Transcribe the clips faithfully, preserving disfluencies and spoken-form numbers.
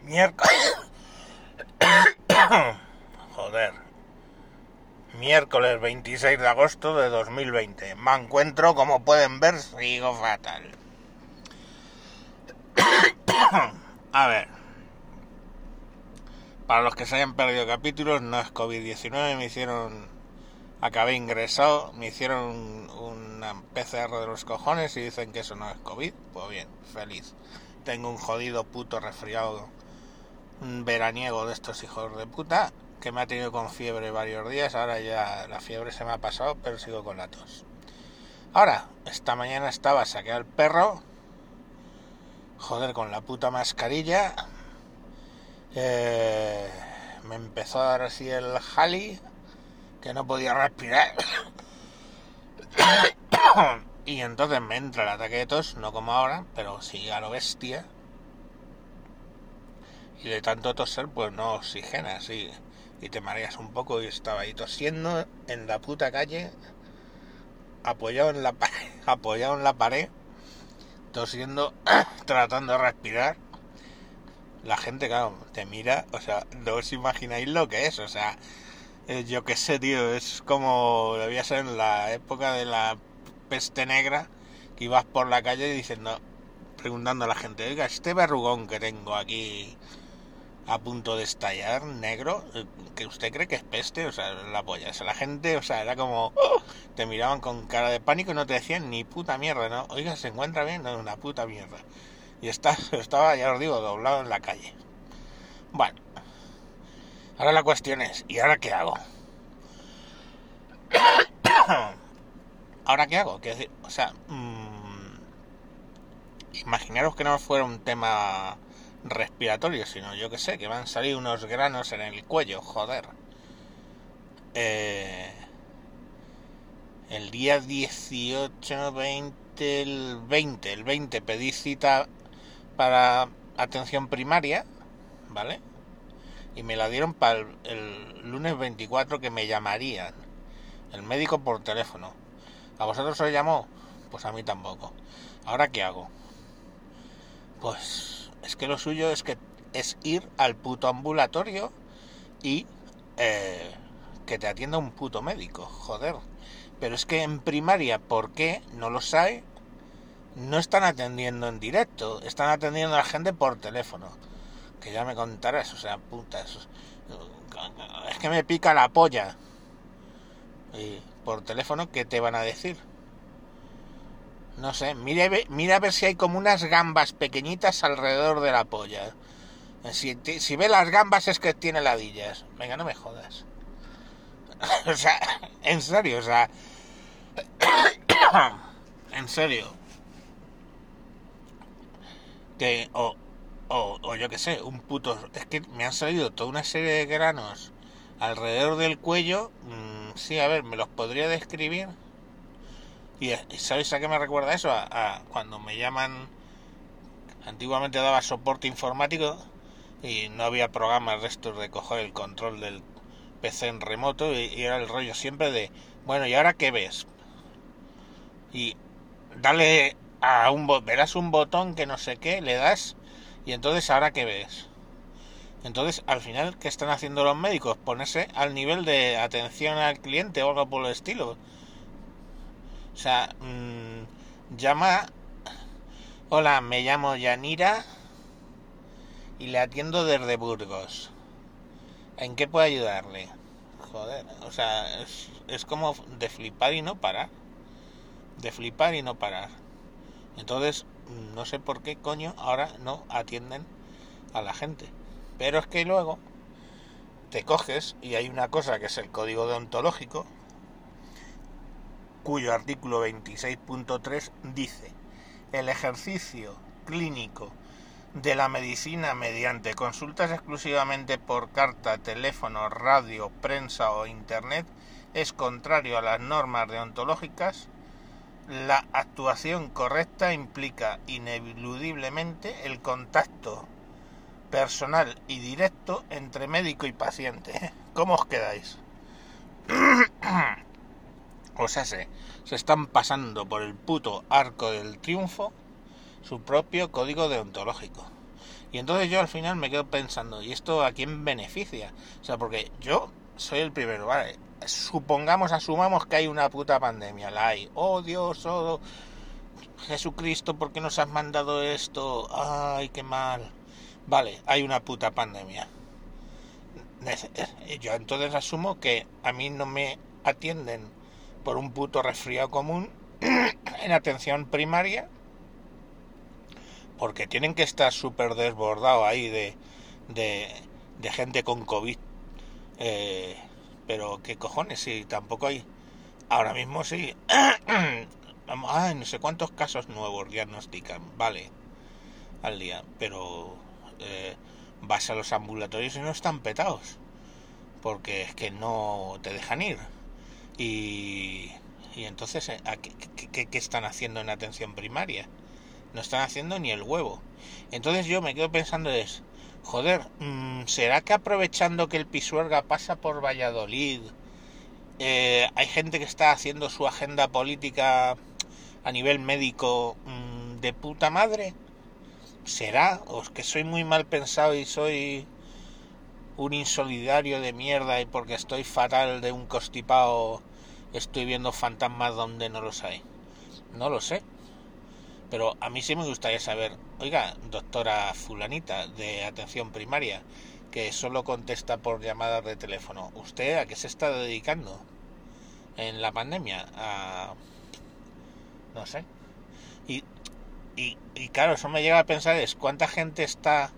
Miércoles. Joder. Miércoles veintiséis de agosto de dos mil veinte. Me encuentro, como pueden ver, sigo fatal. A ver. Para los que se hayan perdido capítulos, no es covid diecinueve, me hicieron... Acabé ingresado, me hicieron una P C R de los cojones y dicen que eso no es COVID. Pues bien, feliz. Tengo un jodido puto resfriado, un veraniego de estos hijos de puta, que me ha tenido con fiebre varios días. Ahora ya la fiebre se me ha pasado, pero sigo con la tos. Ahora, esta mañana estaba, saqué al perro, joder, con la puta mascarilla, eh, me empezó a dar así el jali, que no podía respirar, y entonces me entra el ataque de tos, no como ahora, pero sí a lo bestia, y de tanto toser pues no oxigenas y, y te mareas un poco, y estaba ahí tosiendo en la puta calle, apoyado en la pared, apoyado en la pared, tosiendo, tratando de respirar. La gente, claro, te mira, o sea, no os imagináis lo que es, o sea, eh, yo qué sé, tío, es como debía ser en la época de la peste negra, que ibas por la calle diciendo, preguntando a la gente, oiga, este verrugón que tengo aquí a punto de estallar, negro, ¿que usted cree que es peste? O sea, la polla, o sea, la gente, o sea, era como, ¡oh! Te miraban con cara de pánico y no te decían ni puta mierda, ¿no? Oiga, ¿se encuentra bien? No, una puta mierda. Y está, estaba, ya os digo, doblado en la calle. Bueno, ahora la cuestión es, ¿y ahora qué hago? ¿Ahora qué hago? ¿Qué decir? O sea, mmm, imaginaros que no fuera un tema respiratorio, sino yo que sé, que van a salir unos granos en el cuello, joder. Eh, el día dieciocho, veinte, el veinte, el veinte pedí cita para atención primaria, ¿vale? Y me la dieron para el, el lunes veinticuatro, que me llamarían el médico por teléfono. ¿A vosotros os llamó? Pues a mí tampoco. ¿Ahora qué hago? Pues es que lo suyo es que es ir al puto ambulatorio y eh, que te atienda un puto médico, joder. Pero es que en primaria, ¿por qué? No lo sabe. No están atendiendo en directo, están atendiendo a la gente por teléfono. Que ya me contarás, o sea, puta, eso es, es que me pica la polla. Y por teléfono, ¿qué te van a decir? No sé, mira, mira a ver si hay como unas gambas pequeñitas alrededor de la polla. Si, si ve las gambas es que tiene ladillas. Venga, no me jodas. O sea, en serio, o sea... en serio. Que, o, o, o yo qué sé, un puto... Es que me han salido toda una serie de granos alrededor del cuello. Mmm, sí, a ver, ¿me los podría describir? Y, y ¿sabéis a qué me recuerda eso? A, a cuando me llaman... Antiguamente daba soporte informático y no había programas de estos de coger el control del P C en remoto, y, y era el rollo siempre de, bueno, ¿y ahora qué ves? Y dale a un botón, verás un botón que no sé qué, le das, y entonces ¿ahora qué ves? Entonces, al final, ¿qué están haciendo los médicos? Ponerse al nivel de atención al cliente o algo por el estilo. O sea, mmm, llama... Hola, me llamo Yanira y le atiendo desde Burgos. ¿En qué puedo ayudarle? Joder, o sea, es, es como de flipar y no parar. De flipar y no parar. Entonces, no sé por qué coño ahora no atienden a la gente. Pero es que luego te coges y hay una cosa que es el código deontológico, cuyo artículo veintiséis punto tres dice: el ejercicio clínico de la medicina mediante consultas exclusivamente por carta, teléfono, radio, prensa o internet es contrario a las normas deontológicas. La actuación correcta implica ineludiblemente el contacto personal y directo entre médico y paciente. ¿Cómo os quedáis? O sea, se, se están pasando por el puto arco del triunfo su propio código deontológico. Y entonces yo al final me quedo pensando, ¿y esto a quién beneficia? O sea, porque yo soy el primero, ¿vale? Supongamos, asumamos que hay una puta pandemia, la hay. Oh Dios, oh Jesucristo, ¿por qué nos has mandado esto? Ay, qué mal. Vale, hay una puta pandemia. Yo entonces asumo que a mí no me atienden por un puto resfriado común en atención primaria, porque tienen que estar súper desbordados ahí de, de, de gente con COVID. Eh, pero qué cojones, si tampoco hay. Ahora mismo sí. Ay, no sé cuántos casos nuevos diagnostican, vale, al día, pero eh, vas a los ambulatorios y no están petados, porque es que no te dejan ir. Y, y entonces, ¿qué, qué, ¿qué están haciendo en atención primaria? No están haciendo ni el huevo. Entonces yo me quedo pensando es, joder, ¿será que aprovechando que el Pisuerga pasa por Valladolid, eh, hay gente que está haciendo su agenda política a nivel médico mmm, de puta madre? ¿Será? ¿O es que soy muy mal pensado y soy un insolidario de mierda y porque estoy fatal de un constipado estoy viendo fantasmas donde no los hay? No lo sé. Pero a mí sí me gustaría saber, oiga, doctora fulanita de atención primaria, que solo contesta por llamadas de teléfono, ¿usted a qué se está dedicando en la pandemia? A... no sé. Y, y, y claro, eso me llega a pensar es cuánta gente está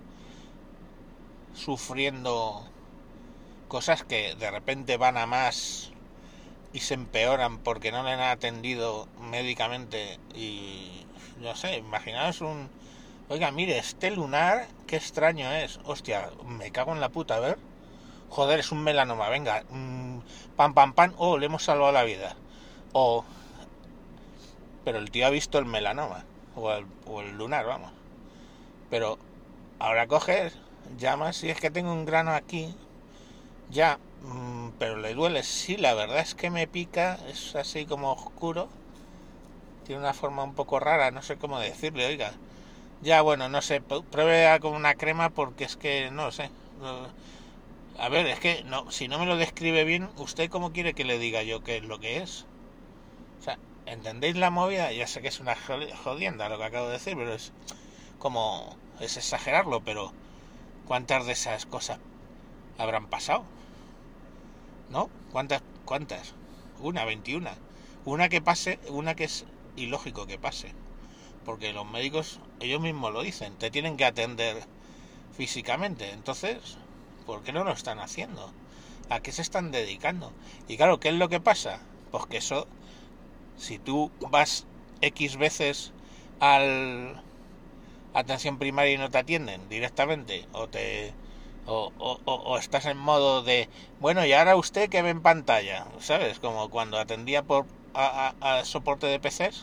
sufriendo cosas que de repente van a más y se empeoran porque no le han atendido médicamente. Y no sé, imaginaos un, oiga, mire, este lunar, qué extraño es, hostia, me cago en la puta, a ver, joder, es un melanoma, venga, mmm, pam, pam, pam, oh, le hemos salvado la vida, o, pero el tío ha visto el melanoma, o el, o el lunar, vamos, pero ahora coges, llamas, si es que tengo un grano aquí, ya, mmm, pero le duele, sí, la verdad es que me pica, es así como oscuro, tiene una forma un poco rara, no sé cómo decirle, oiga, ya bueno, no sé, pruebe con una crema porque es que no sé. A ver, es que no, si no me lo describe bien, ¿usted cómo quiere que le diga yo qué es lo que es? O sea, ¿entendéis la movida? Ya sé que es una jodienda lo que acabo de decir, pero es como, es exagerarlo, pero ¿cuántas de esas cosas habrán pasado? ¿No? ¿Cuántas? ¿Cuántas? Una, veintiuna. Una que pase, una que es ilógico que pase. Porque los médicos, ellos mismos lo dicen, te tienen que atender físicamente. Entonces, ¿por qué no lo están haciendo? ¿A qué se están dedicando? Y claro, ¿qué es lo que pasa? Pues que eso, si tú vas X veces al atención primaria y no te atienden directamente, o te o, o, o estás en modo de, bueno, y ahora usted que ve en pantalla, ¿sabes? Como cuando atendía por a, a, a soporte de P Cs.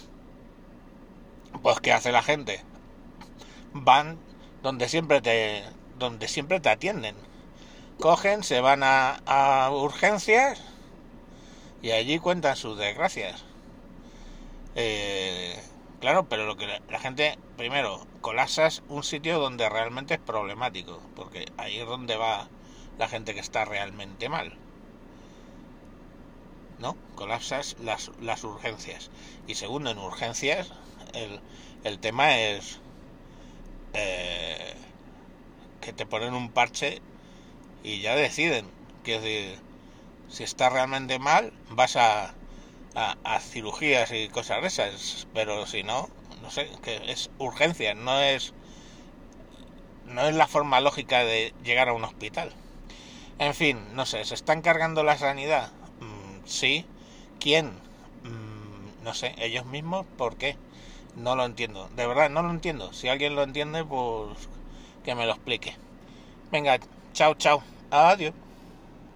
Pues ¿qué hace la gente? Van donde siempre te donde siempre te atienden. Cogen, se van a, a urgencias y allí cuentan sus desgracias. Eh, claro, pero lo que la, la gente, primero, colapsas un sitio donde realmente es problemático, porque ahí es donde va la gente que está realmente mal, ¿no? Colapsas las, las urgencias. Y segundo, en urgencias el, el tema es eh, que te ponen un parche y ya deciden que si, si está realmente mal vas a, a, a cirugías y cosas de esas, pero si no, no sé, que es urgencia, no es no es la forma lógica de llegar a un hospital. En fin, no sé, ¿se están cargando la sanidad? Mm, sí. ¿Quién? Mm, no sé, ellos mismos. ¿Por qué? No lo entiendo, de verdad no lo entiendo. Si alguien lo entiende, pues que me lo explique. Venga, chao, chao, adiós.